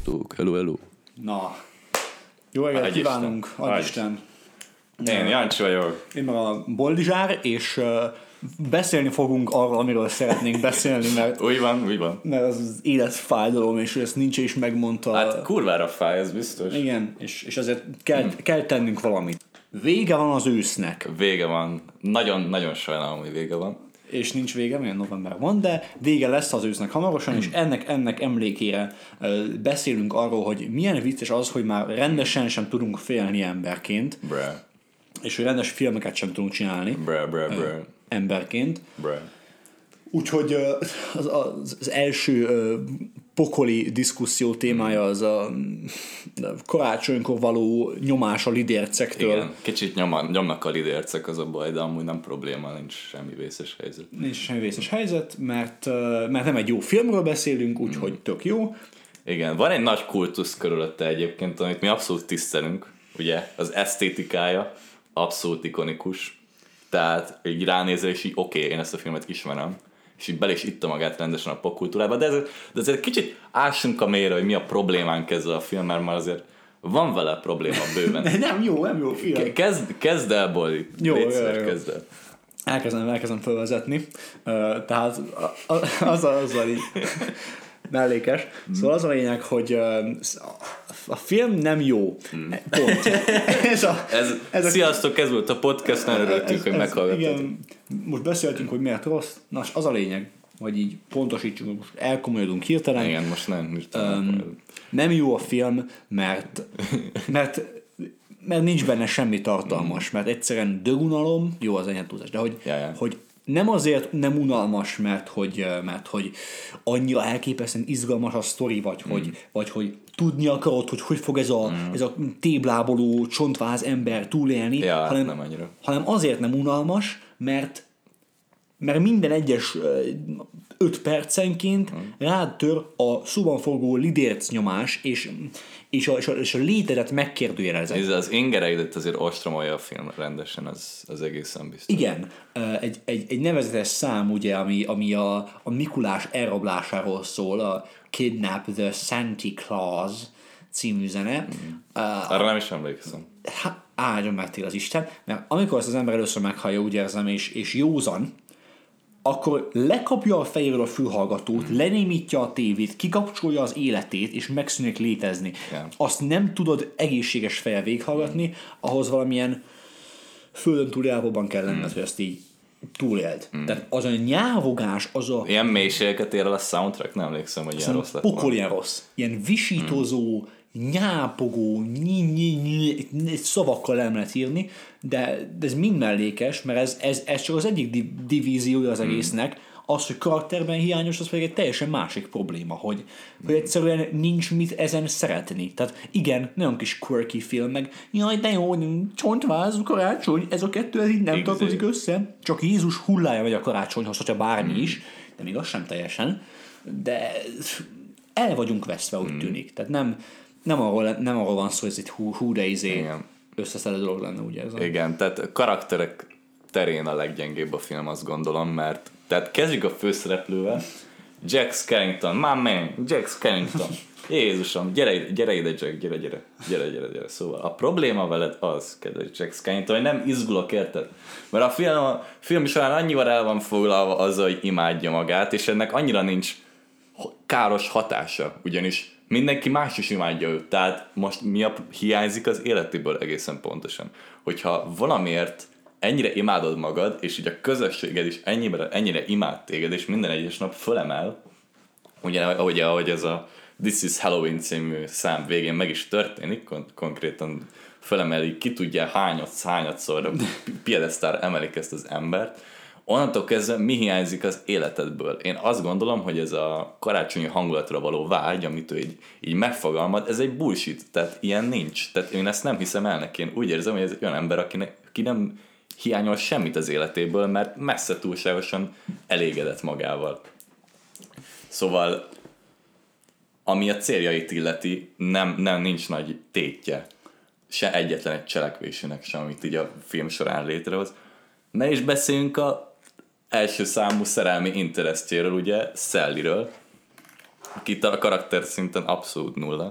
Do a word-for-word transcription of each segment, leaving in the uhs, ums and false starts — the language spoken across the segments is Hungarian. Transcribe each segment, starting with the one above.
Sziasztok, hello, hello. Na, jó reggelt kívánunk, Adisten. Én Jancsi vagyok. Én meg a Boldizsár, és uh, beszélni fogunk arról, amiről szeretnénk beszélni, mert, úgy van, úgy van. mert az, az élet fájdalom, és ezt nincs is megmondta. Hát kurvára fáj, ez biztos. Igen, és, és azért kell, hmm. kell tennünk valamit. Vége van az ősznek. Vége van. Nagyon-nagyon sajnálom, hogy vége van. És nincs vége, milyen november van, de vége lesz az ősznek hamarosan, hmm. és ennek, ennek emlékére uh, beszélünk arról, hogy milyen vicces az, hogy már rendesen sem tudunk félni emberként. Bra. És hogy rendes filmeket sem tudunk csinálni bra, bra, bra. Uh, emberként. Bra. Úgyhogy uh, az, az, az első uh, pokoli diszkuszió témája az a karácsonykor való nyomás a lidércektől. Igen, kicsit nyoma, nyomnak a lidércek, az a baj, de amúgy nem probléma, nincs semmi vészes helyzet. Nincs semmi vészes helyzet, mert, uh, mert nem egy jó filmről beszélünk, úgyhogy mm. tök jó. Igen, van egy nagy kultusz körülötte egyébként, amit mi abszolút tisztelünk, ugye, az esztétikája abszolút ikonikus, tehát így ránézel, és így oké, okay, én ezt a filmet ismerem, és így bele is itta magát rendesen a popkultúrába, de, ez, de azért kicsit ássunk a mélyre, hogy mi a problémánk ezzel a film, mert már azért van vele probléma bőven. De nem jó, nem jó film. Kezd, kezd el, Boli. Jó, Létszer, jó, jó. kezd el. Elkezdem, elkezdem felvezetni. Uh, tehát az a, az a így mellékes. Szóval az a lényeg, hogy uh, a film nem jó. Mm. Pont. ez a, ez, ez a, sziasztok, ez volt a podcast, nagyon örültünk, hogy meghallgattad. Igen, most beszéltünk, hogy miért rossz. Na, az a lényeg, hogy így pontosítsunk, most elkomolyodunk hirtelen. Igen, most nem. Um, nem jó a film, mert, mert, mert nincs benne semmi tartalmas, mert egyszerűen dögunalom, jó az enyhe túlzás, de hogy, ja, ja. hogy nem azért nem unalmas, mert hogy, mert hogy annyira elképesztően izgalmas a sztori, vagy, mm. hogy, vagy hogy tudni akarod, hogy hogy fog ez a, mm. ez a tébláboló csontváz ember túlélni, ja, hanem, nem annyira. hanem azért nem unalmas, mert, mert minden egyes öt percenként mm. rád tör a szóban forgó lidérc nyomás, és, és, a, és, a, és a létedet megkérdőjelezett. Ez az ingereidet azért ostromolja a film rendesen, az, az egészen biztos. Igen, egy, egy, egy nevezetes szám, ugye, ami, ami a, a Mikulás elrablásáról szól, a Kidnap the Santa Claus című zene. Mm. Uh, Arra nem is emlékszem. Hát, áldjon meg téged az Isten, mert amikor ezt az ember először meghallja, úgy érzem, és, és józan, akkor lekapja a fejéről a fülhallgatót, mm. lenémítja a tévét, kikapcsolja az életét, és megszűnik létezni. Yeah. Azt nem tudod egészséges fejjel végighallgatni, mm. ahhoz valamilyen földön túl elvóban kell lenned, mm. hogy ezt így túléld. Mm. Tehát az a nyávogás, az a... Ilyen mélységeket ér el a soundtrack? Nem emlékszem, hogy ilyen rossz lett volna. Pokol ilyen rossz. Ilyen visítozó, mm. nyápogó, nyi, nyi, nyi, nyi, szavakkal nem lehet írni, de, de ez mind mellékes, mert ez, ez, ez csak az egyik div- divíziója az egésznek. Az, hogy karakterben hiányos, az pedig egy teljesen másik probléma, hogy, hogy egyszerűen nincs mit ezen szeretni. Tehát igen, nagyon kis quirky film, meg jaj, de jó, csontváz, karácsony, ez a kettő, ez így nem tartozik össze. Csak Jézus hullája megy a karácsonyhoz, hogyha bármi mm. is, de még az sem teljesen. De el vagyunk veszve, úgy mm. tűnik. Tehát nem, nem, arról, nem arról van szó, hogy ez egy hú, hú de izé összeszedett dolog lenne, ugye ez a... Igen, tehát a karakterek terén a leggyengébb a film, azt gondolom, mert tehát kezdjük a főszereplővel, Jack Skellington, my man, Jack Skellington, Jézusom, gyere, gyere ide Jack, gyere, gyere, gyere, gyere, gyere. Szóval a probléma veled az, kedves Jack Skellington, hogy nem izgulok, érted? Mert a film, a film során annyival el van foglalva azzal, hogy imádja magát, és ennek annyira nincs káros hatása, ugyanis mindenki más is imádja őt, tehát most mi a, hiányzik az életéből egészen pontosan. Hogyha valamiért ennyire imádod magad, és így a közösséged is ennyire, ennyire imád téged, és minden egyes nap fölemel, ugye, ahogy, ahogy ez a This is Halloween című szám végén meg is történik, kon- konkrétan fölemeli, ki tudja hányat, hányatszor piedesztára emelik ezt az embert, onnantól kezdve mi hiányzik az életedből? Én azt gondolom, hogy ez a karácsonyi hangulatra való vágy, amit ő így, így megfogalmad, ez egy bullshit, tehát ilyen nincs. Tehát én ezt nem hiszem el neki. Én úgy érzem, hogy ez egy olyan ember, akinek, aki nem hiányol semmit az életéből, mert messze túlságosan elégedett magával. Szóval, ami a céljait illeti, nem, nem nincs nagy tétje. Se egyetlen egy cselekvésének sem, amit így a film során létrehoz. Ne is beszéljünk a első számú szerelmi interesztjéről, ugye, Sallyről, Akit a karakter szinten abszolút nulla.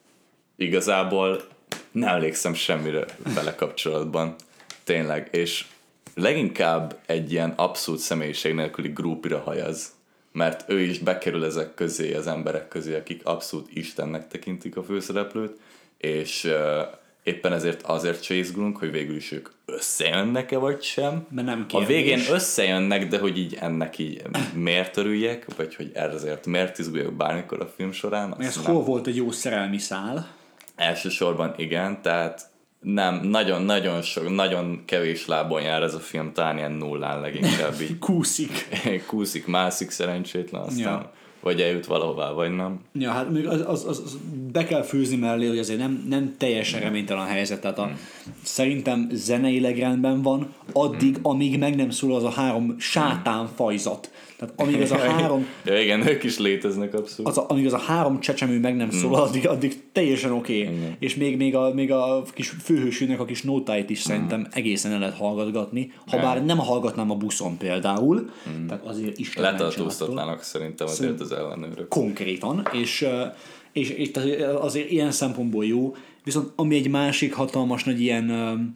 Igazából nem emlékszem semmire vele kapcsolatban. Tényleg. És leginkább egy ilyen abszolút személyiség nélküli groupira hajaz. Mert ő is bekerül ezek közé, az emberek közé, akik abszolút istennek tekintik a főszereplőt, és uh, éppen ezért azért se izgulunk, hogy végül is ők összejönnek-e vagy sem. Mert nem a végén összejönnek, de hogy így ennek így miért örüljek, vagy hogy ezért miért izguljak bármikor a film során. Ez hol volt egy jó szerelmi szál? Elsősorban igen, tehát nem, nagyon-nagyon sok, nagyon kevés lábon jár ez a film, talán ilyen nullán leginkább így. Kúszik. Kúszik, mászik szerencsétlen, aztán Ja. vagy eljut valahová, vagy nem. Ja, hát még az, az, az, be kell főzni mellé, hogy azért nem, nem teljesen reménytelen a helyzet. Tehát a, hmm. szerintem zeneileg rendben van, addig, hmm. amíg meg nem szól az a három sátán fajzat. Tehát amíg az a három... ja igen, ők is léteznek abszolút. Az a, amíg az a három csecsemő meg nem szól, hmm. addig, addig teljesen oké. Okay. Hmm. És még, még, a, még a kis főhősűnek a kis nótáit is szerintem hmm. egészen el lehet hallgatgatni. Ha hmm. bár nem hallgatnám a buszon például, hmm. tehát azért is letartóztatnának szerintem azért az ellenőrök. Konkrétan, és, és, és azért ilyen szempontból jó, viszont ami egy másik hatalmas nagy ilyen,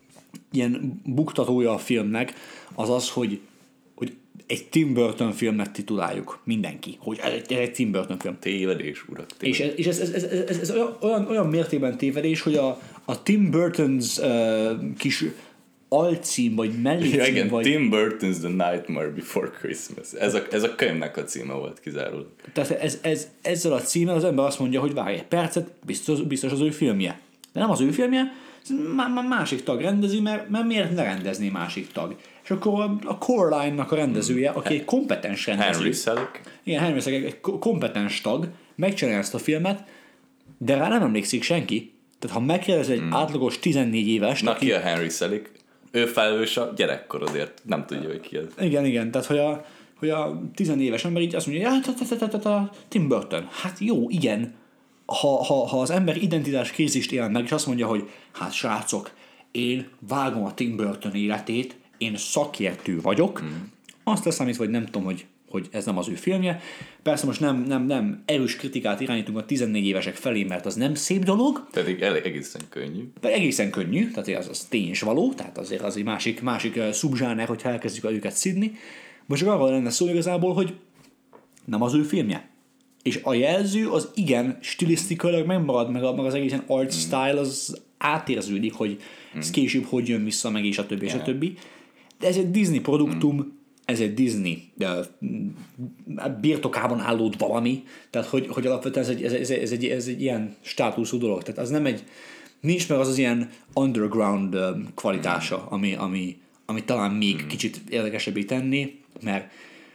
ilyen buktatója a filmnek, az az, hogy, hogy egy Tim Burton filmet tituláljuk mindenki, hogy ez egy, ez egy Tim Burton film. Tévedés, urak. Tévedés. És, ez, és ez, ez, ez, ez, ez olyan, olyan mértékben tévedés, hogy a, a Tim Burton's uh, kis alcím, vagy mellécím, ja, igen, vagy... Tim Burton's The Nightmare Before Christmas. Ez a, ez a könyvnek a címe volt kizárólag. Tehát ez, ez, ezzel a címmel az ember azt mondja, hogy várj egy percet, biztos, biztos az ő filmje. De nem az ő filmje, már másik tag rendezi, mert, mert miért ne rendezné másik tag? És akkor a, a Coraline-nak a rendezője, aki egy kompetens rendező. Henry Selick. Igen, Henry Selick, egy kompetens tag, megcsinálja ezt a filmet, de rá nem emlékszik senki. Tehát ha megkérdez egy hmm. átlagos tizennégy éves... Na aki... ki a Henry Selick? Ő felelős a gyerekkorodért, nem tudja, hogy ki ez. Igen, igen, tehát hogy a, hogy a tizenéves ember így azt mondja, ja, Tim Burton, hát jó, igen. Ha, ha, ha az ember identitás krízist él meg, és azt mondja, hogy hát srácok, én vágom a Tim Burton életét, én szakértő vagyok, mm. azt leszámítva, hogy nem tudom, hogy, hogy ez nem az ő filmje. Persze most nem, nem, nem erős kritikát irányítunk a tizennégy évesek felé, mert az nem szép dolog. Pedig elég egészen könnyű. De egészen könnyű, tehát az, az tény is való, tehát azért az egy másik, másik uh, szubzsáner, hogyha elkezdjük őket szidni. Most csak arról lenne szó igazából, hogy nem az ő filmje. És a jelző az igen stilisztikailag megmarad, meg, a, meg az egész art mm. style az átérződik, hogy mm. ez később hogy jön vissza, meg és a többi, yeah. és a többi. De ez egy Disney produktum, mm. ez egy Disney de birtokában álló valami, tehát hogy, hogy alapvetően ez egy, ez, ez, ez, egy, ez egy ilyen státuszú dolog. Tehát az nem egy, nincs meg az az ilyen underground kvalitása, ami, ami, ami talán még mm. kicsit érdekesebbé tenni, mert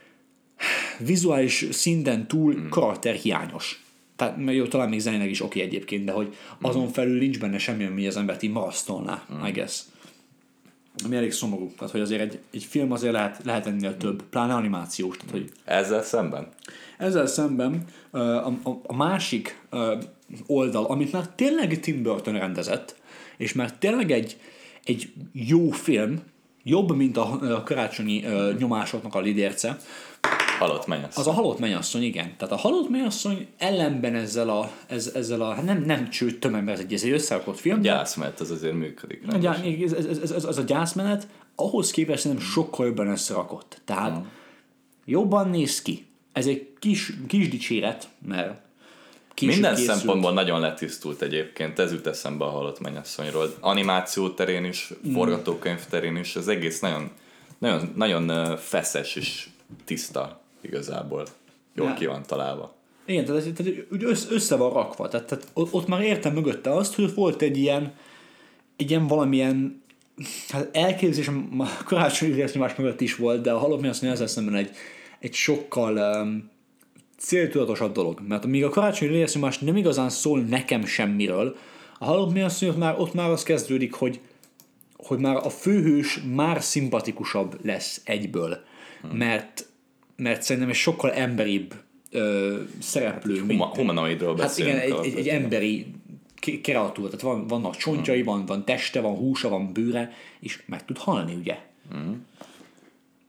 vizuális szinten túl mm. karakterhiányos. Tehát jó, talán még zenéleg is oké egyébként, de hogy azon felül nincs benne semmi, ami az embert így marasztolná, mm. I guess. Ami elég szomorú. Tehát, hogy azért egy, egy film azért lehet, lehet ennél több, pláne animációs. Tehát, hogy ezzel szemben? Ezzel szemben a, a, a másik oldal, amit már tényleg Tim Burton rendezett, és már tényleg egy, egy jó film, jobb, mint a, a karácsonyi uh, nyomásoknak a lidérce. Halott mennyasszony. Az a halott mennyasszony, igen. Tehát a halott mennyasszony ellenben ezzel a, ez, ezzel a nem, nem csőd tömegben, ez egy, ez egy összerakott film. A gyászmenet az azért működik. A gyá, ez, ez, ez, ez, ez a gyászmenet ahhoz képest szerintem sokkal jobban összerakott. Tehát hmm. jobban néz ki. Ez egy kis, kis dicséret, mert minden készült. Szempontból nagyon letisztult egyébként, ez jut eszembe a halott mennyasszonyról. Animáció terén is, mm. forgatókönyv terén is, az egész nagyon, nagyon, nagyon feszes és tiszta igazából. Jól ja. ki van találva. Igen, tehát, tehát össze van rakva. Tehát, tehát ott már értem mögötte azt, hogy volt egy ilyen, egy ilyen valamilyen hát elképzelésem, a karácsonyi idéznyomás mögött is volt, de a halott mennyasszony ezzel szemben egy, egy sokkal um, céltudatosabb dolog. Mert amíg a karácsonyi lélekszomás nem igazán szól nekem semmiről, a halott mennyasszony ott már, ott már az kezdődik, hogy, hogy már a főhős már szimpatikusabb lesz egyből. Hmm. Mert, mert szerintem egy sokkal emberibb ö, szereplő. Huma, humanoidról beszélünk. Hát igen, egy, egy, egy emberi kreatúra. Tehát van, vannak csontjai, hmm. van, van teste, van húsa, van bőre, és meg tud halni, ugye? Hmm.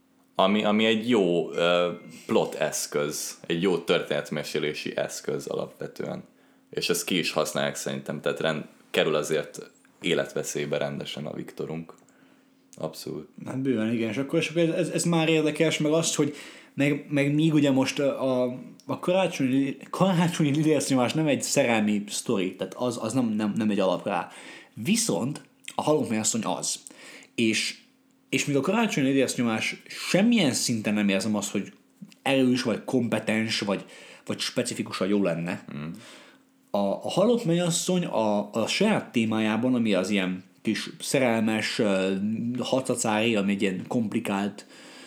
ami, ami egy jó uh, plot eszköz, egy jó történetmesélési eszköz alapvetően. És ezt ki is használják szerintem, tehát rend, kerül azért életveszélybe rendesen a Viktorunk. Abszolút. Hát bőven, igen, és akkor, és akkor ez, ez már érdekes, meg azt, hogy meg, meg míg ugye most a, a karácsonyi, karácsonyi lidércnyomás nem egy szerelmi sztori, tehát az, az nem, nem, nem egy alap rá. Viszont a Halott mennyasszony az. És, és míg a karácsonyi lidércnyomás semmilyen szinten nem érzem azt, hogy erős, vagy kompetens, vagy, vagy specifikusan jó lenne. Mm. A, a Halott mennyasszony a, a saját témájában, ami az ilyen kis szerelmes uh, hatacári, ami egy ilyen komplikált,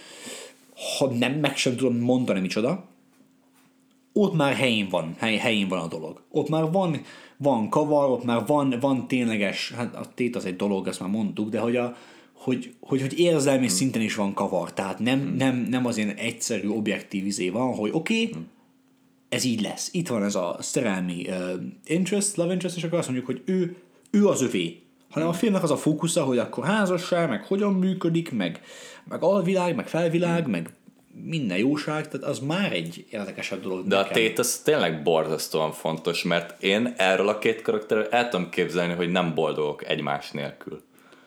ha nem, meg sem tudom mondani micsoda, ott már helyén van, hely, helyén van a dolog. Ott már van, van kavar, ott már van, van tényleges, hát a tét az egy dolog, ezt már mondtuk, de hogy, a, hogy, hogy, hogy érzelmi hmm. szinten is van kavar, tehát nem, hmm. nem, nem az ilyen egyszerű, objektív izé van, hogy oké, okay, hmm. ez így lesz. Itt van ez a szerelmi uh, interest, love interest, és akkor azt mondjuk, hogy ő, ő az övé. Hanem a filmnek az a fókusza, hogy akkor házasság, meg hogyan működik, meg, meg alvilág, meg felvilág, meg minden jóság, tehát az már egy érdekesebb dolog. De nekem. A tét az tényleg borzasztóan fontos, mert én erről a két karakterről el tudom képzelni, hogy nem boldogok egymás nélkül.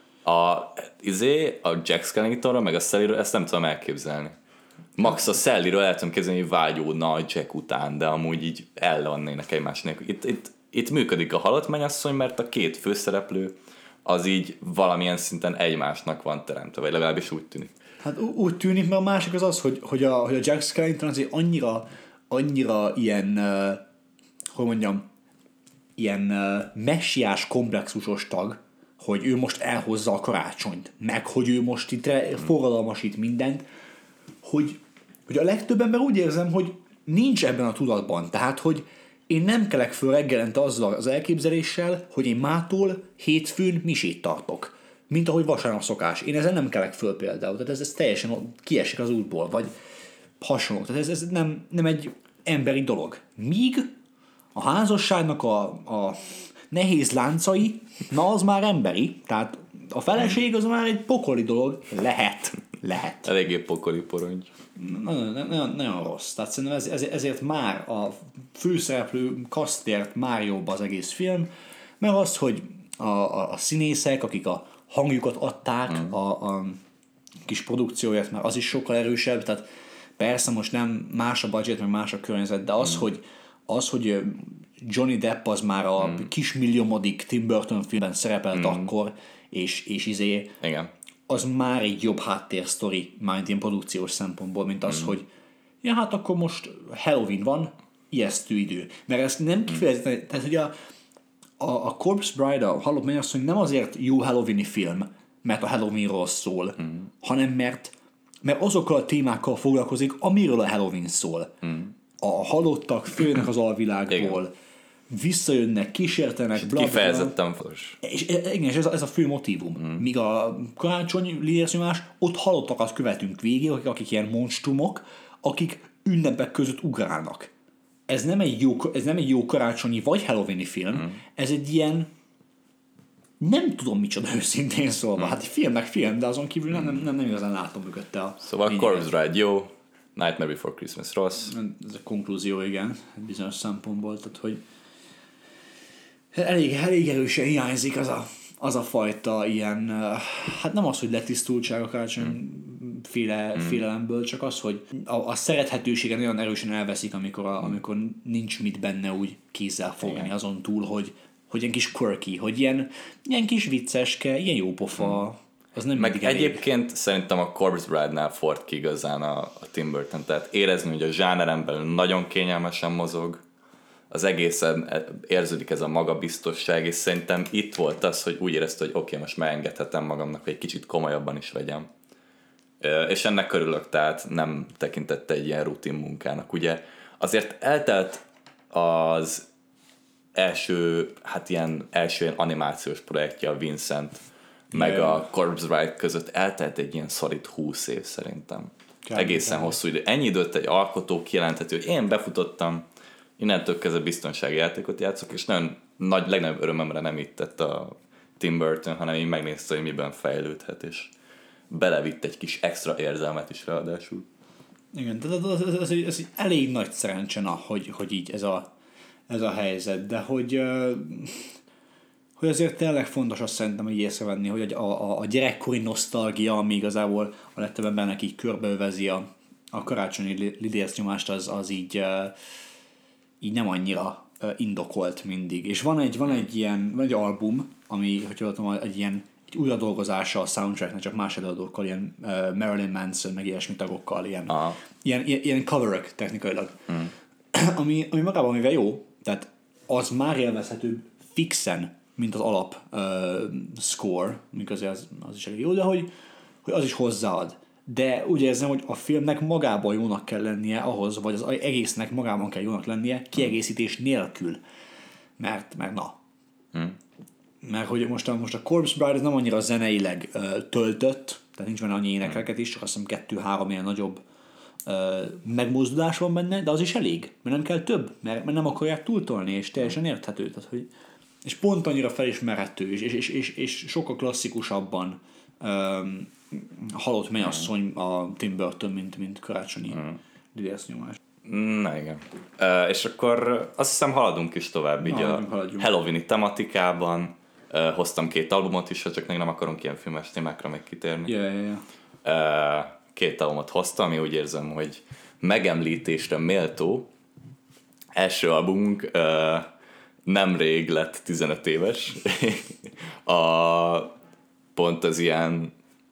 A, izé, a Jack Skellingtonról, meg a Sallyről ezt nem tudom elképzelni. Max a Sallyről el tudom képzelni, hogy vágyódna a Jack után, de amúgy így ellennének egymás nélkül. Itt, itt, itt működik a Halott mennyasszony, mert a két főszereplő az így valamilyen szinten egymásnak van teremtve, vagy legalábbis úgy tűnik. Hát úgy tűnik, mert a másik az az, hogy, hogy, a, hogy a Jack Skellington azért annyira, annyira ilyen, uh, hogy mondjam, ilyen uh, messiás komplexusos tag, hogy ő most elhozza a karácsonyt, meg hogy ő most itt forradalmasít mindent, hogy, hogy a legtöbb ember úgy érzem, hogy nincs ebben a tudatban. Tehát, hogy én nem kelek föl reggelente azzal az elképzeléssel, hogy én mától hétfőn misét tartok. Mint ahogy vasárnap szokás. Én ezen nem kelek föl például. Tehát ez, ez teljesen kiesik az útból, vagy hasonló. Tehát ez, ez nem, nem egy emberi dolog. Míg a házasságnak a, a nehéz láncai, na az már emberi. Tehát a feleség az már egy pokoli dolog. Lehet. Lehet. Eléggé pokoli porongy. Nagyon, nagyon, nagyon rossz. Tehát szerintem ez, ez, ezért már a főszereplő kasztért már jobb az egész film, mert az, hogy a, a, a színészek, akik a hangjukat adták mm. a, a kis produkcióját, mert az is sokkal erősebb, tehát persze most nem más a budget, meg más a környezet, de az, mm. hogy, az, hogy Johnny Depp az már a mm. kismilliomodik Tim Burton filmben szerepelt mm. akkor, és, és izé, igen. az már egy jobb háttérsztori, már ilyen produkciós szempontból, mint az, mm. hogy ja, hát akkor most Halloween van, ijesztő idő. Mert ezt nem kifejezetten, tehát hogy a A, a Corpse Bride, a Halott mennyasszony nem azért jó Halloweeni film, mert a Halloweenról szól, mm. hanem mert, mert azokkal a témákkal foglalkozik, amiről a Halloween szól. Mm. A halottak fölnek az alvilágból, igen. visszajönnek, kísértenek, bla, kifejezetten fontos. És, igen, és ez a, ez a fő motívum. Mm. Míg a karácsony lidércnyomás, ott halottakat követünk végig, akik, akik ilyen monstrumok, akik ünnepek között ugrálnak. Ez nem egy jó, ez nem egy jó karácsonyi vagy Halloweeni film, mm. ez egy ilyen nem tudom micsoda őszintén szólva. Mm. Hát egy filmnek film, de azon kívül nem, nem, nem igazán látom mögötte a... Szóval Corpse Bride jó, Nightmare Before Christmas rossz. Ez a konklúzió, igen, bizonyos szempontból, tehát hogy elég, elég erősen hiányzik az a, az a fajta ilyen, hát nem az, hogy letisztultság a karácsony mm. féle, mm. félelemből, csak az, hogy a, a szerethetősége nagyon erősen elveszik, amikor, a, amikor nincs mit benne úgy kézzel fogni, igen. azon túl, hogy, hogy ilyen kis quirky, hogy ilyen, ilyen kis vicceske, ilyen jópofa, mm. az nem meg egyébként elég. Szerintem a Corpse Bride-nál ford ki igazán a, a Tim Burton, tehát érezni, hogy a zsáneren belül nagyon kényelmesen mozog, az egészen érződik ez a magabiztosság, és szerintem itt volt az, hogy úgy érezte, hogy oké, okay, most megengedhetem magamnak, hogy egy kicsit komolyabban is vegyem. És ennek örülök, tehát nem tekintette egy ilyen rutin munkának. Ugye azért eltelt az első, hát ilyen első ilyen animációs projektje a Vincent, meg yeah. a Corpse Bride között eltelt egy ilyen szorít húsz év szerintem. Kár, egészen kár. Hosszú idő. Ennyi időt egy alkotó kijelenthető, hogy én befutottam, innentől kezdve biztonsági játékot játszok, és nagyon nagy, legnagyobb örömömre nem itt tett a Tim Burton, hanem így megnézte, hogy miben fejlődhet, és belevitt egy kis extra érzelmet is ráadásul. Igen, tehát ez, ez, ez, ez elég nagy szerencse, na, hogy, hogy így ez a, ez a helyzet, de hogy, hogy azért tényleg fontos azt szerintem, hogy észrevenni, hogy a, a, a gyerekkori nosztalgia, ami igazából a legtöbb embernek így körbeövezi a, a karácsonyi lidércnyomást, az, az így, így nem annyira indokolt mindig. És van egy, van egy ilyen van egy album, ami, hogy tudom, egy ilyen egy újradolgozása a soundtracknek, csak más előadókkal, ilyen uh, Marilyn Manson, meg ilyesmi tagokkal, ilyen, ilyen, ilyen, ilyen coverök technikailag. Mm. ami, ami magában mivel jó, tehát az már élvezhető fixen, mint az alap uh, score, mikor azért az, az is elég jó, de hogy, hogy az is hozzáad. De úgy érzem, hogy a filmnek magában jónak kell lennie ahhoz, vagy az egésznek magában kell jónak lennie, kiegészítés nélkül. Mert, mert na. Mm. Mert hogy most a, most a Corpse Bride ez nem annyira zeneileg uh, töltött, tehát nincs benne annyi énekelket is, csak azt hiszem kettő-három ilyen nagyobb uh, megmozdulás van benne, de az is elég, mert nem kell több, mert, mert nem akarják túltolni, és teljesen érthető. Tehát, hogy, és pont annyira felismerhető, és, és, és, és sokkal klasszikusabban um, halott mennyasszony a Tim Burton, mint, mint karácsonyi mm. lidércnyomás. Na igen. Uh, és akkor azt hiszem haladunk is tovább így a Halloween-i tematikában. Uh, hoztam két albumot is, csak még nem akarunk ilyen filmes témákra még kitérni. Yeah, yeah, yeah. Uh, két albumot hoztam, ami úgy érzem, hogy megemlítésre méltó. Első albumunk uh, nemrég lett tizenöt éves. a, pont az ilyen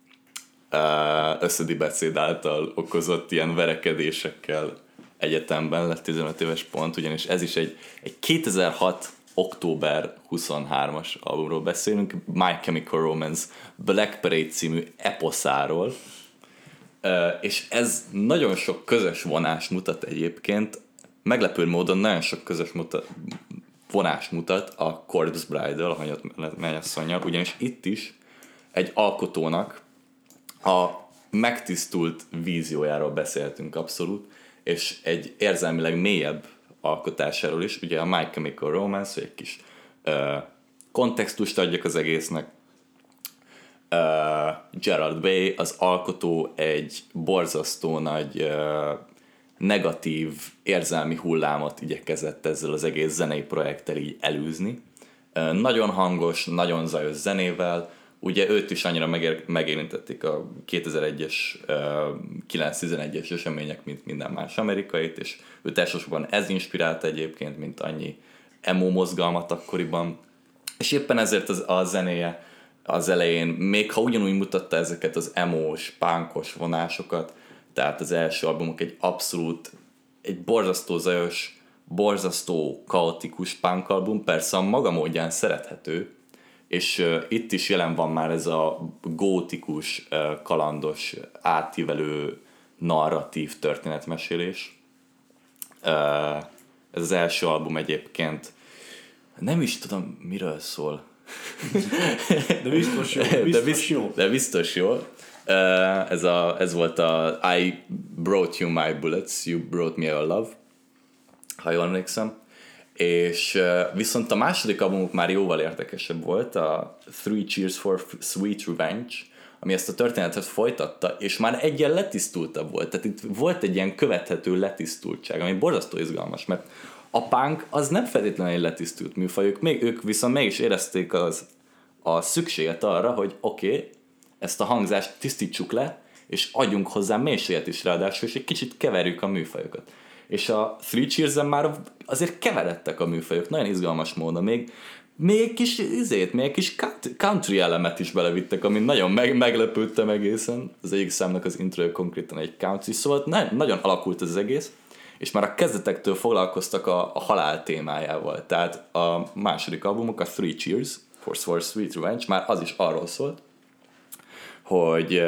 uh, összedi beszéd által okozott ilyen verekedésekkel egyetemben lett tizenöt éves pont, ugyanis ez is egy, egy kétezer-hat október huszonharmadikas albumról beszélünk, My Chemical Romance Black Parade című eposzáról, uh, és ez nagyon sok közös vonást mutat egyébként, meglepő módon nagyon sok közös mutat, vonást mutat a Corpse Bride-dal, a Hanyatt mennyasszonnyal, ugyanis itt is egy alkotónak a megtisztult víziójáról beszéltünk abszolút, és egy érzelmileg mélyebb alkotásáról is, ugye a My Chemical Romance, hogy egy kis uh, kontextust adjak az egésznek. Uh, Gerard Way, az alkotó egy borzasztó nagy uh, negatív érzelmi hullámot igyekezett ezzel az egész zenei projekttel így elűzni. Uh, nagyon hangos, nagyon zajos zenével, ugye őt is annyira megér- megérintették a kétezer-egyes, uh, kilenc tizenegyes események, mint minden más amerikait, és őt elsősorban ez inspirálta egyébként, mint annyi emo mozgalmat akkoriban. És éppen ezért az, a zenéje az elején, még ha ugyanúgy mutatta ezeket az emos, punkos vonásokat, tehát az első albumok egy abszolút, egy borzasztó zajos, borzasztó kaotikus punk album, persze a maga módján szerethető, és uh, itt is jelen van már ez a gótikus, uh, kalandos, átívelő narratív történetmesélés. Uh, ez az első album egyébként nem is tudom, miről szól. De biztos jó. Biztos de, biz, jó. de biztos jó. Uh, ez, a, ez volt a I brought you my bullets, you brought me a love, ha jól emlékszem. És uh, viszont a második albumuk már jóval érdekesebb volt, a Three Cheers for Sweet Revenge, ami ezt a történetet folytatta, és már egyen letisztultabb volt. Tehát itt volt egy ilyen követhető letisztultság, ami borzasztó izgalmas, mert a punk az nem feltétlenül egy letisztult műfajuk, még ők viszont mégis érezték az, a szükséget arra, hogy oké, okay, ezt a hangzást tisztítsuk le, és adjunk hozzá mélységet is ráadásul, és egy kicsit keverjük a műfajokat. És a Three Cheers-en már azért keveredtek a műfajok, nagyon izgalmas módon, még, még egy kis izét, még egy kis country elemet is belevittek, ami nagyon meg, meglepődtem egészen. Az egyik számnak az intro konkrétan egy country, szóval ne, nagyon alakult ez az egész, és már a kezdetektől foglalkoztak a, a halál témájával. Tehát a második albumok, a Three Cheers for, for Sweet Revenge, már az is arról szólt, hogy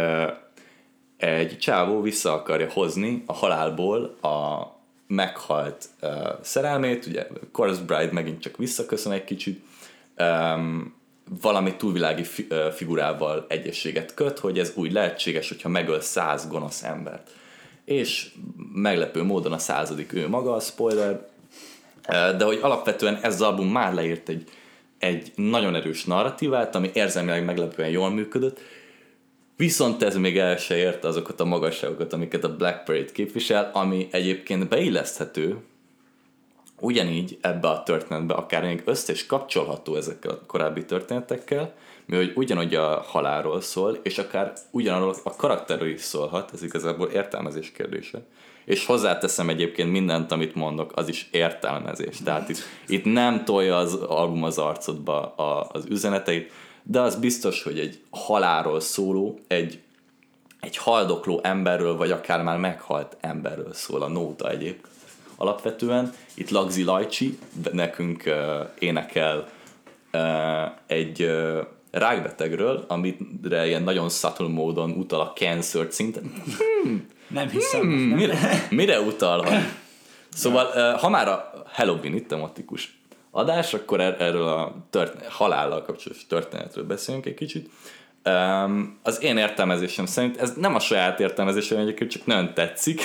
egy csávó vissza akarja hozni a halálból a meghalt uh, szerelmét, ugye Corpse Bride megint csak visszaköszön egy kicsit, um, valami túlvilági fi, uh, figurával egyességet köt, hogy ez úgy lehetséges, hogyha megöl száz gonosz embert. És meglepő módon a századik ő maga, spoiler, uh, de hogy alapvetően ez az album már leírt egy, egy nagyon erős narratívát, ami érzelmileg meglepően jól működött, Viszont ez még el se érte azokat a magasságokat, amiket a Black Parade képvisel, ami egyébként beilleszthető ugyanígy ebbe a történetbe, akár még össze is kapcsolható ezekkel a korábbi történetekkel, mivel ugyanúgy a halálról szól, és akár ugyanarról a karakterről is szólhat, ez igazából értelmezés kérdése. És hozzáteszem egyébként mindent, amit mondok, az is értelmezés. Tehát itt, itt nem tolja az album az arcodba a, az üzeneteit, de az biztos, hogy egy halálról szóló, egy, egy haldokló emberről, vagy akár már meghalt emberről szól a nóta egyébként. Alapvetően itt Lagzi Lajcsi nekünk uh, énekel uh, egy uh, rákbetegről, amire ilyen nagyon subtle módon utal a cancer szinten. Hmm, nem hiszem. Hmm, mire, mire utalhat? Szóval, uh, ha már a Halloween tematikus adás, akkor er- erről a történet, halállal kapcsolatos történetről beszélünk egy kicsit. Um, az én értelmezésem szerint, ez nem a saját értelmezésem egyébként, csak nagyon tetszik.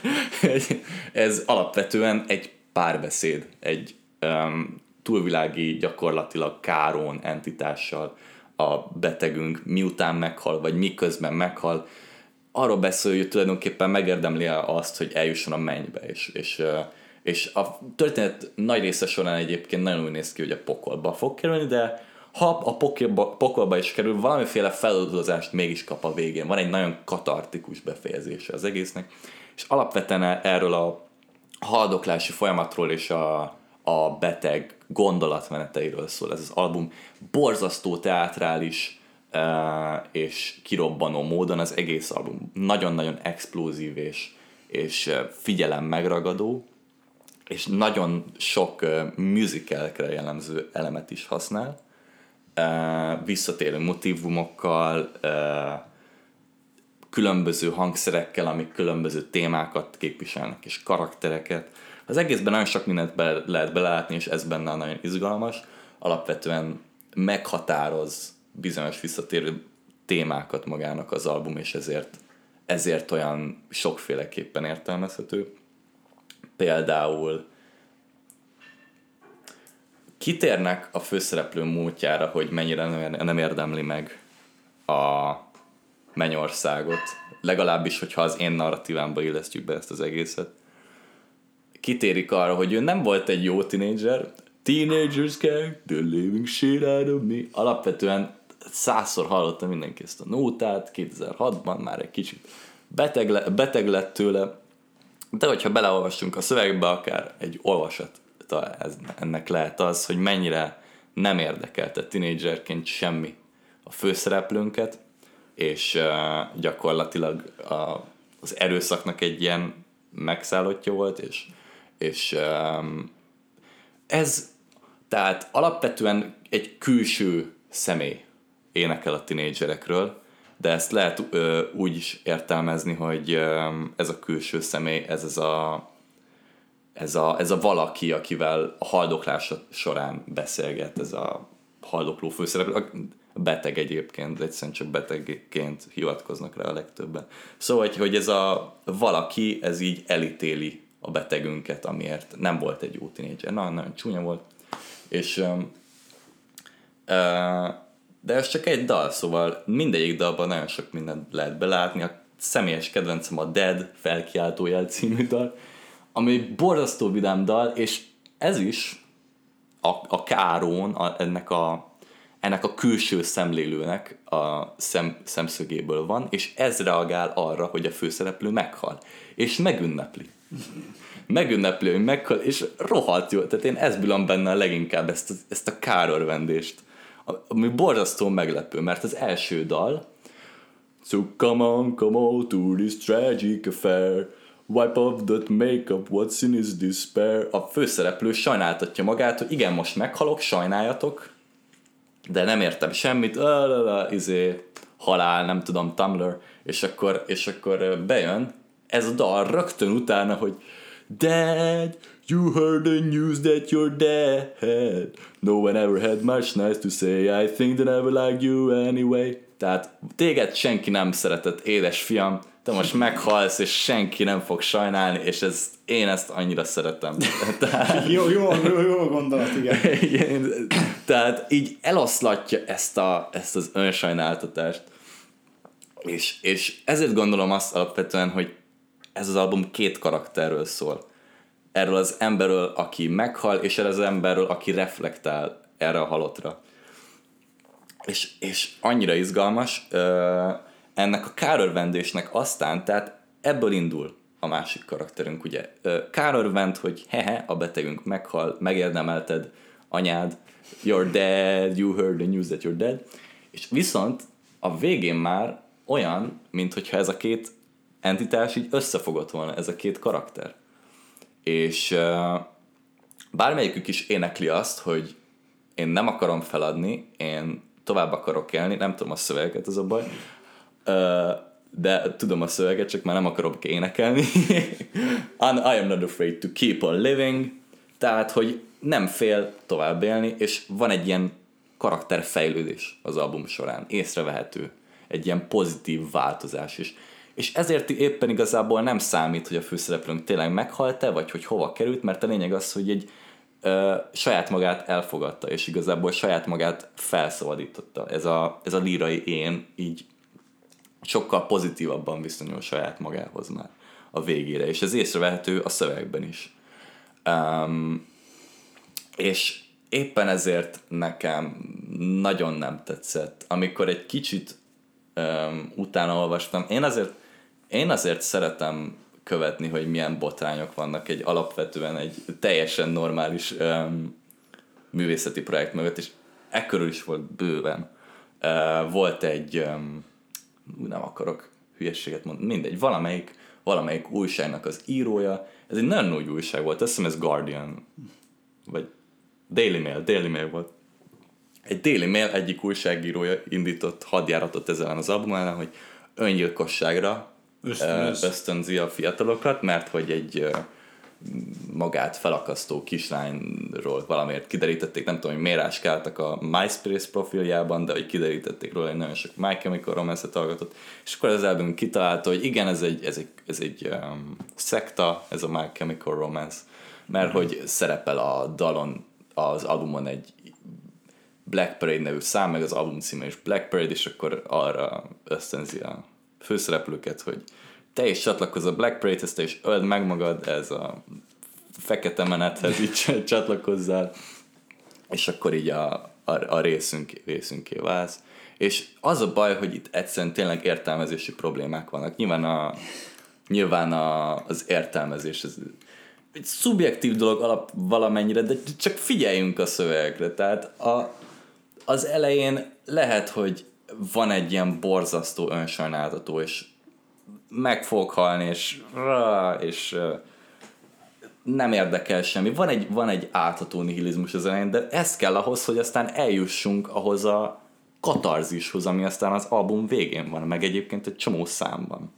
Ez alapvetően egy párbeszéd, egy um, túlvilági, gyakorlatilag kárón entitással a betegünk miután meghal, vagy miközben meghal. Arról beszél, hogy tulajdonképpen megérdemli azt, hogy eljusson a mennybe, és, és, és a történet nagy része során egyébként nagyon úgy néz ki, hogy a pokolba fog kerülni, de ha a pokolba, pokolba is kerül, valamiféle feloldozást mégis kap a végén. Van egy nagyon katartikus befejezése az egésznek, és alapvetően erről a haldoklási folyamatról és a, a beteg gondolatmeneteiről szól ez az album. Borzasztó teátrális uh, és kirobbanó módon az egész album. Nagyon-nagyon explózív és, és figyelem megragadó, és nagyon sok uh, musicalekre jellemző elemet is használ. Uh, visszatérő motivumokkal, uh, különböző hangszerekkel, amik különböző témákat képviselnek, és karaktereket. Az egészben nagyon sok mindent be lehet belátni, és ez benne nagyon izgalmas. Alapvetően meghatároz bizonyos visszatérő témákat magának az album, és ezért, ezért olyan sokféleképpen értelmezhető. Például kitérnek a főszereplő múltjára, hogy mennyire nem érdemli meg a mennyországot, legalábbis, hogyha az én narratívámba illesztjük be ezt az egészet. Kitérik arra, hogy ő nem volt egy jó tínédzser, teenagers can, they're living shit out of me. Alapvetően százszor hallotta mindenki ezt a nótát, kétezer-hatban már egy kicsit beteg, le, beteg lett tőle, de hogyha beleolvassunk a szövegbe, akár egy olvasat, ez, ennek lehet az, hogy mennyire nem érdekelte tínédzserként semmi a főszereplőnket, és uh, gyakorlatilag a, az erőszaknak egy ilyen megszállottja volt, és, és um, ez tehát alapvetően egy külső személy énekel a tínédzserekről, de ezt lehet ö, úgy is értelmezni, hogy ö, ez a külső személy, ez, ez, a, ez, a, ez a valaki, akivel a haldoklása során beszélget, ez a haldokló főszereplő, a beteg egyébként, egyszerűen csak betegként hivatkoznak rá a legtöbben. Szóval, hogy, hogy ez a valaki, ez így elítéli a betegünket, amiért nem volt egy jó tínédzser. Na, nagyon csúnya volt. És ö, ö, de ez csak egy dal, szóval mindegyik dalban nagyon sok mindent lehet belátni. A személyes kedvencem a Dead felkiáltójel című dal, ami egy borzasztó vidám dal, és ez is a, a kárón, a, ennek, a, ennek a külső szemlélőnek a szem, szemszögéből van, és ez reagál arra, hogy a főszereplő meghal, és megünnepli. Megünnepli, hogy meghal, és rohadt jó. Tehát én ez bülöm benne leginkább ezt, ezt a kárörvendést, ami borzasztó meglepő, mert az első dal So come on, come on to this tragic affair, wipe off that makeup, what's in his despair. A főszereplő sajnáltatja magát, hogy igen, most meghalok, sajnáljatok, de nem értem semmit, alala, izé, halál, nem tudom, Tumblr, és akkor, és akkor bejön ez a dal rögtön utána, hogy Dad, you heard the news that you're dead. No one ever had much nice to say. I think they never liked you anyway. Tehát téged senki nem szeretett, édes fiam. Te most meghalsz, és senki nem fog sajnálni, és ez, én ezt annyira szeretem. Tehát, jó, jó, jó, jó gondolat, igen. igen. Tehát így eloszlatja ezt, a, ezt az önsajnáltatást És, és ezért gondolom azt alapvetően, hogy ez az album két karakterről szól. Erről az emberről, aki meghal, és erről az emberről, aki reflektál erre a halottra. És, és annyira izgalmas, uh, ennek a kárörvendésnek aztán, tehát ebből indul a másik karakterünk, ugye. Uh, kárörvend, hogy hehe, a betegünk meghal, megérdemelted, anyád, you're dead, you heard the news that you're dead. És viszont a végén már olyan, mintha ez a két entitás így összefogott volna, ez a két karakter. És uh, bármelyikük is énekli azt, hogy én nem akarom feladni, én tovább akarok élni, nem tudom a szövegeket, az a baj, uh, de tudom a szöveget, csak már nem akarok énekelni. I am not afraid to keep on living, tehát, hogy nem fél tovább élni, és van egy ilyen karakterfejlődés az album során, észrevehető, egy ilyen pozitív változás is. És ezért éppen igazából nem számít, hogy a főszereplőnk tényleg meghalt-e, vagy hogy hova került, mert a lényeg az, hogy egy ö, saját magát elfogadta, és igazából saját magát felszabadította. Ez a, ez a lírai én így sokkal pozitívabban viszonyul saját magához már a végére, és ez észrevehető a szövegben is. Um, és éppen ezért nekem nagyon nem tetszett, amikor egy kicsit um, utána olvastam. Én azért, én azért szeretem követni, hogy milyen botrányok vannak egy alapvetően egy teljesen normális um, művészeti projekt mögött, és ekkörül is volt bőven. Uh, volt egy, um, nem akarok hülyességet mondani, mindegy, valamelyik, valamelyik újságnak az írója, ez egy nagyon nagy újság volt, azt hiszem ez Guardian, vagy Daily Mail, Daily Mail volt. Egy Daily Mail egyik újságírója indított hadjáratot ezzel az album ellen, hogy öngyilkosságra Ösztönöz. ösztönzi a fiatalokat, mert hogy egy magát felakasztó kislányról valamiért kiderítették, nem tudom, hogy miért áskáltak a MySpace profiljában, de hogy kiderítették róla, hogy nagyon sok My Chemical Romance-et hallgatott, és akkor az album kitalálta, hogy igen, ez egy, ez egy, ez egy um, szekta, ez a My Chemical Romance, mert mm-hmm. hogy szerepel a dalon, az albumon egy Black Parade nevű szám, meg az album címe is Black Parade, és akkor arra ösztönzi a főszereplőket, hogy te is csatlakozz a Black Parade-hez, te is öld meg magad, ez a fekete menethez így csatlakozzál, és akkor így a, a, a részünk, részünké válsz. És az a baj, hogy itt egyszerűen tényleg értelmezési problémák vannak. Nyilván, a, nyilván a, az értelmezés ez egy szubjektív dolog alap valamennyire, de csak figyeljünk a szövegekre. Tehát a, az elején lehet, hogy van egy ilyen borzasztó önsajnáltató, és meg fog halni, és, és nem érdekel semmi. Van egy, van egy átható nihilizmus az elején, de ez kell ahhoz, hogy aztán eljussunk ahhoz a katarzishoz, ami aztán az album végén van, meg egyébként egy csomó számban.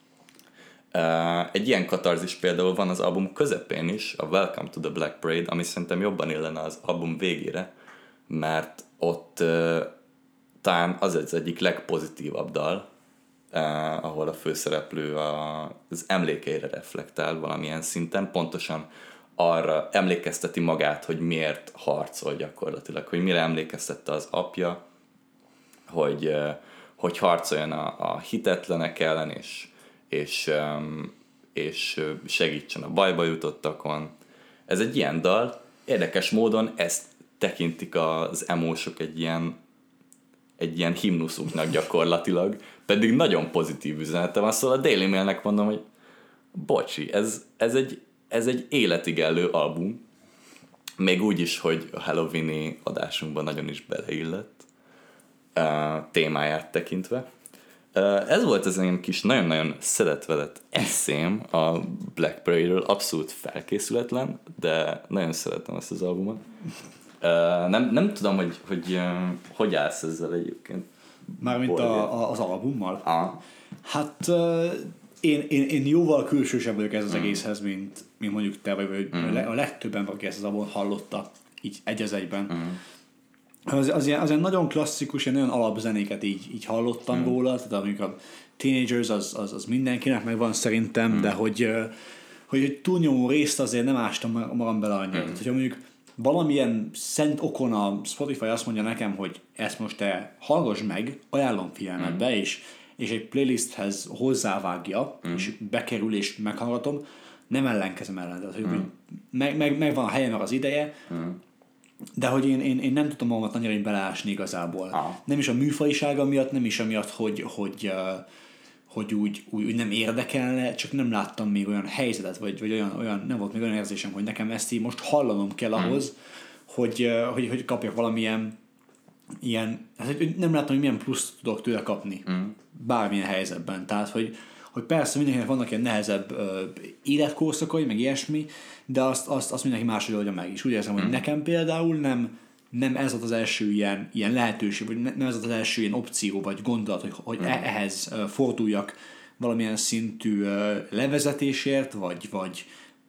Egy ilyen katarzis például van az album közepén is, a Welcome to the Black Parade, ami szerintem jobban illene az album végére, mert ott talán az az egyik legpozitívabb dal, Uh, ahol a főszereplő a, az emlékeire reflektál valamilyen szinten, pontosan arra emlékezteti magát, hogy miért harcol gyakorlatilag, hogy mire emlékeztette az apja, hogy, uh, hogy harcoljon a, a hitetlenek ellen, és, és, um, és segítsen a bajba jutottakon. Ez egy ilyen dal, érdekes módon ezt tekintik az emósok egy ilyen egy ilyen himnuszuknak gyakorlatilag, pedig nagyon pozitív üzenete van, szóval a Daily Mailnek mondom, hogy bocsi, ez, ez, egy, ez egy életigellő album, még úgy is, hogy a Halloween-i adásunkban nagyon is beleillett uh, témáját tekintve. Uh, ez volt az én kis nagyon-nagyon szeretvedett eszém a Black Parade-ről, abszolút felkészületlen, de nagyon szeretem ezt az albumot. Uh, nem, nem tudom, hogy hogy, uh, hogy állsz ezzel egyébként. Mármint a, a, az albummal? Ah. Hát uh, én, én, én jóval külsősebb vagyok ez az mm. egészhez, mint, mint mondjuk te, vagy, vagy mm. a legtöbben, aki ezt az albumot hallotta, így egy az egyben. Mm. Az, az, ilyen, az ilyen nagyon klasszikus, ilyen nagyon alapzenéket így, így hallottam mm. róla, tehát amikor a Teenagers az, az, az mindenkinek megvan szerintem, mm. de hogy, hogy egy túlnyomó részt azért nem ástam magam bele annyira. Mm. Tehát, hogyha mondjuk valamilyen szent okon a Spotify azt mondja nekem, hogy ezt most te hallgass meg, ajánlom figyelmetbe, mm. és és egy playlisthez hozzávágja, mm. és bekerül és meghallgatom, nem ellenkezem ellen, tehát, hogy mm. meg, meg, meg van a helye, meg az ideje, mm. de hogy én, én, én nem tudtam magamat annyira beleásni igazából. Ah. Nem is a műfajisága miatt, nem is amiatt, hogy, hogy, uh, hogy úgy, úgy, úgy nem érdekelne, csak nem láttam még olyan helyzetet, vagy, vagy olyan, olyan, nem volt még olyan érzésem, hogy nekem ezt így most hallanom kell ahhoz, mm. hogy, uh, hogy, hogy kapjak valamilyen ilyen, hát, nem látom, hogy milyen pluszt tudok tőle kapni mm. bármilyen helyzetben. Tehát, hogy, hogy persze mindenkinek vannak ilyen nehezebb uh, életkorszakai, meg ilyesmi, de azt, azt, azt mindenki máshogy oldja meg is. Úgy érzem, mm. hogy nekem például nem, nem ez volt az első ilyen, ilyen lehetőség, vagy nem ez volt az első ilyen opció, vagy gondolat, hogy, hogy mm. ehhez uh, forduljak valamilyen szintű uh, levezetésért, vagy, vagy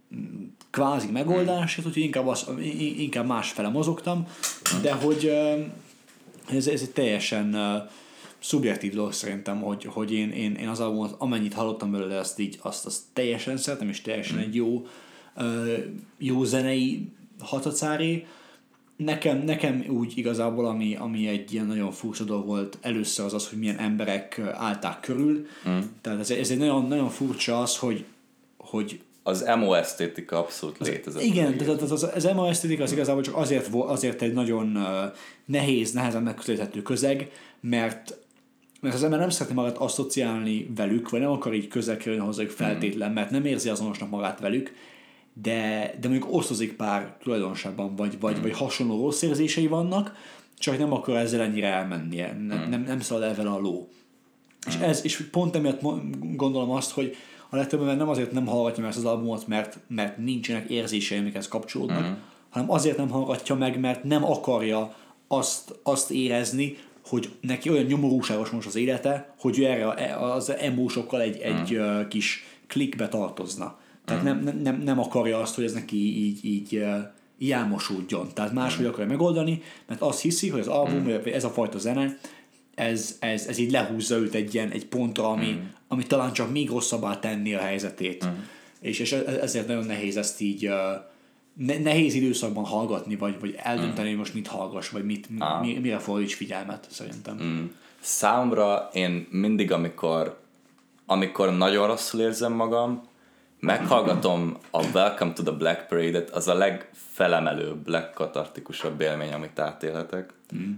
kvázi megoldásért, úgyhogy inkább, az, inkább másfele mozogtam, de hogy uh, ez, ez egy teljesen uh, szubjektív dolog szerintem, hogy, hogy én, én, én az albumot, amennyit hallottam belőle, azt így, azt, azt teljesen szeretem, és teljesen mm. egy jó, uh, jó zenei hatacáré. Nekem, nekem úgy igazából, ami, ami egy ilyen nagyon furcsa dolog volt először az az, hogy milyen emberek állták körül. Mm. Tehát ez, ez egy nagyon, nagyon furcsa az, hogy, hogy az emo esztétika abszolút létezett. Igen, tehát az, az, az emo esztétika az igazából csak azért, azért egy nagyon uh, nehéz, nehezen megközelíthető közeg, mert, mert az ember nem szeretne magát asszociálni velük, vagy nem akar így közel kerülni hozzájuk feltétlen, mert nem érzi azonosnak magát velük, de, de mondjuk osztozik pár tulajdonságban, vagy, vagy, mm. vagy hasonló rossz érzései vannak, csak nem akar ezzel ennyire elmennie, nem, mm. nem, nem szalad el vele a ló. Mm. És, ez, és pont emiatt gondolom azt, hogy a legtöbben nem azért nem hallgatja meg ezt az albumot, mert, mert nincsenek érzései, amikhez kapcsolódnak, mm. hanem azért nem hallgatja meg, mert nem akarja azt, azt érezni, hogy neki olyan nyomorúságos most az élete, hogy ő erre az emósokkal egy, egy mm. kis klikbe tartozna. Tehát mm. nem, nem, nem akarja azt, hogy ez neki így, így, így elmosódjon. Tehát máshogy mm. akarja megoldani, mert azt hiszi, hogy az album, mm. ez a fajta zene, Ez, ez, ez így lehúzza őt egy ilyen egy pontra, ami, mm. ami talán csak még rosszabbá tenni a helyzetét. Mm. És, és ezért nagyon nehéz ezt így uh, ne, nehéz időszakban hallgatni, vagy, vagy eldönteni, mm. hogy most mit hallgass, vagy mit, ah. mi, mire fordíts figyelmet, szerintem. Mm. Számomra én mindig, amikor, amikor nagyon rosszul érzem magam, meghallgatom a Welcome to the Black Parade-et, az a legfelemelőbb, legkatartikusabb élmény, amit átélhetek. Mm.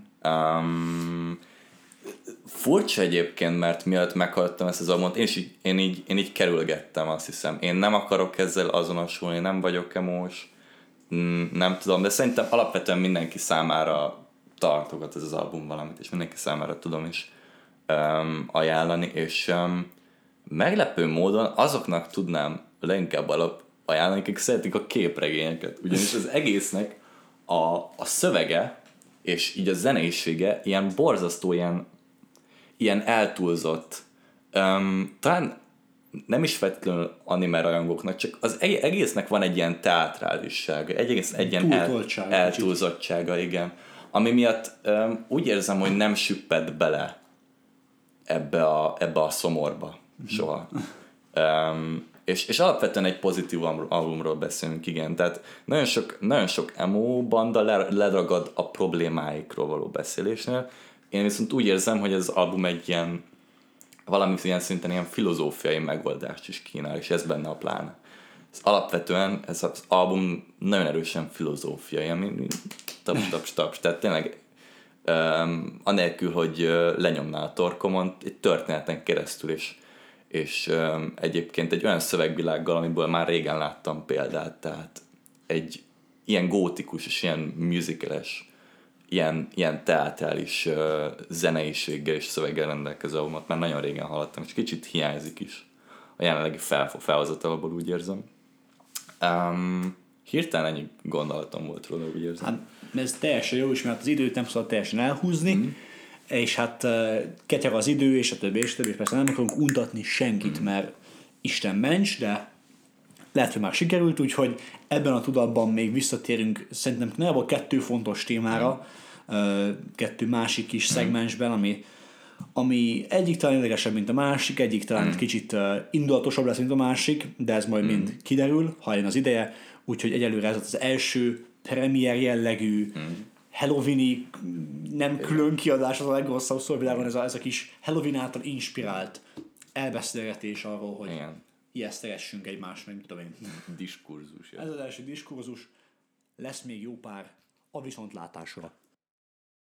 Um, Furcsa egyébként, mert mielőtt meghallottam ezt az albumot, én így, én, így, én így kerülgettem, azt hiszem. Én nem akarok ezzel azonosulni, nem vagyok emós, nem tudom, de szerintem alapvetően mindenki számára tartogat ez az album valamit, és mindenki számára tudom is um, ajánlani, és um, meglepő módon azoknak tudnám leginkább alap ajánlani, akik szeretik a képregényeket, ugyanis az egésznek a, a szövege és így a zeneisége ilyen borzasztó, ilyen, ilyen eltúlzott. Um, talán nem is feltétlenül anime rajongóknak, csak az egésznek van egy ilyen teátrálissága, egy, egész, egy ilyen el, eltúlzottsága, igen. Ami miatt um, úgy érzem, hogy nem süpped bele ebbe a, ebbe a szomorba soha. Um, és, és alapvetően egy pozitív albumról beszélünk, igen. Tehát nagyon sok, nagyon sok emo banda leragad a problémáikról való beszélésnél. Én viszont úgy érzem, hogy ez az album egy ilyen valamilyen szinten ilyen filozófiai megoldást is kínál, és ez benne a pláne. Ez alapvetően ez az album nagyon erősen filozófiai, ami taps, taps, taps. Tehát tényleg um, anélkül, hogy uh, lenyomná a torkomon, egy történeten keresztül is. És um, egyébként egy olyan szövegvilággal, amiből már régen láttam példát, tehát egy ilyen gótikus és ilyen musicales, ilyen, ilyen teátrális uh, zeneiséggel és szöveggel rendelkező albumot már nagyon régen hallottam, és kicsit hiányzik is a jelenlegi fel, felhozatalból, úgy érzem. Um, hirtelen ennyi gondolatom volt róla, úgy érzem. Hát, ez teljesen jó is, mert az időt nem szabad teljesen elhúzni, mm. és hát uh, ketyeg az idő, és a többi, és a többi, és persze nem akarunk untatni senkit, mm. mert Isten ments, de lehet, hogy már sikerült, úgyhogy ebben a tudatban még visszatérünk szerintem nagyjából kettő fontos témára, mm. uh, kettő másik kis mm. szegmensben, ami, ami egyik talán érdekesebb, mint a másik, egyik talán mm. kicsit uh, indulatosabb lesz, mint a másik, de ez majd mm. mind kiderül, ha jön az ideje, úgyhogy egyelőre ez az első premier jellegű mm. Halloween-i nem külön kiadás, az a legrosszabb szó a világon, ez a, ez a kis Halloween által inspirált elbeszélgetés arról, hogy Igen. ijesztegessünk egymást, meg mit tudom én. Diskurzus. Ez az első diskurzus, lesz még jó pár a viszontlátásra.